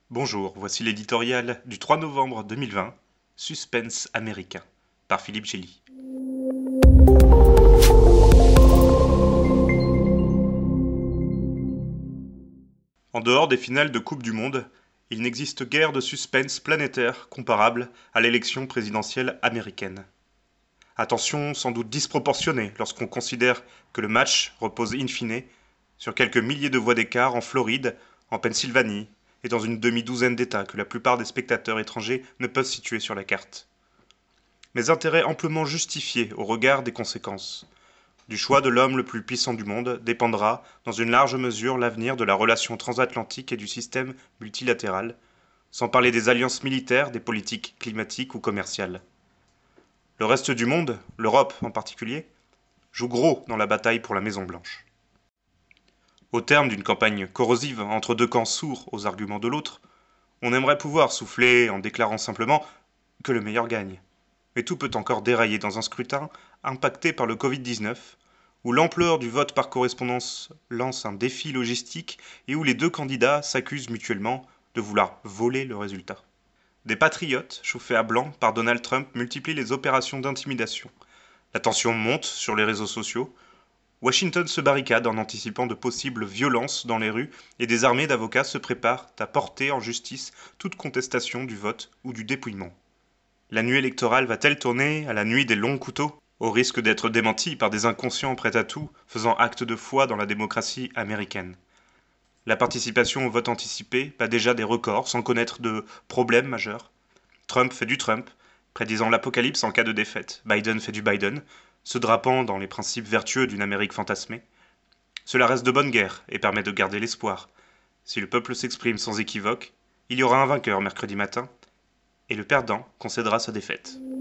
Bonjour, voici l'éditorial du 3 novembre 2020, Suspense américain, par Philippe Gély. En dehors des finales de Coupe du Monde, il n'existe guère de suspense planétaire comparable à l'élection présidentielle américaine. Attention sans doute disproportionnée lorsqu'on considère que le match repose in fine sur quelques milliers de voix d'écart en Floride, en Pennsylvanie et dans une demi-douzaine d'États que la plupart des spectateurs étrangers ne peuvent situer sur la carte. Mais intérêt amplement justifié au regard des conséquences. Du choix de l'homme le plus puissant du monde dépendra, dans une large mesure, l'avenir de la relation transatlantique et du système multilatéral, sans parler des alliances militaires, des politiques climatiques ou commerciales. Le reste du monde, l'Europe en particulier, joue gros dans la bataille pour la Maison-Blanche. Au terme d'une campagne corrosive entre deux camps sourds aux arguments de l'autre, on aimerait pouvoir souffler en déclarant simplement que le meilleur gagne. Mais tout peut encore dérailler dans un scrutin impacté par le Covid-19, où l'ampleur du vote par correspondance lance un défi logistique et où les deux candidats s'accusent mutuellement de vouloir voler le résultat. Des patriotes, chauffés à blanc par Donald Trump, multiplient les opérations d'intimidation. La tension monte sur les réseaux sociaux. Washington se barricade en anticipant de possibles violences dans les rues et des armées d'avocats se préparent à porter en justice toute contestation du vote ou du dépouillement. La nuit électorale va-t-elle tourner à la nuit des longs couteaux, au risque d'être démentie par des inconscients prêts à tout, faisant acte de foi dans la démocratie américaine? La participation au vote anticipé bat déjà des records sans connaître de problèmes majeurs. Trump fait du Trump, prédisant l'apocalypse en cas de défaite. Biden fait du Biden, se drapant dans les principes vertueux d'une Amérique fantasmée. Cela reste de bonne guerre et permet de garder l'espoir. Si le peuple s'exprime sans équivoque, il y aura un vainqueur mercredi matin, et le perdant concédera sa défaite.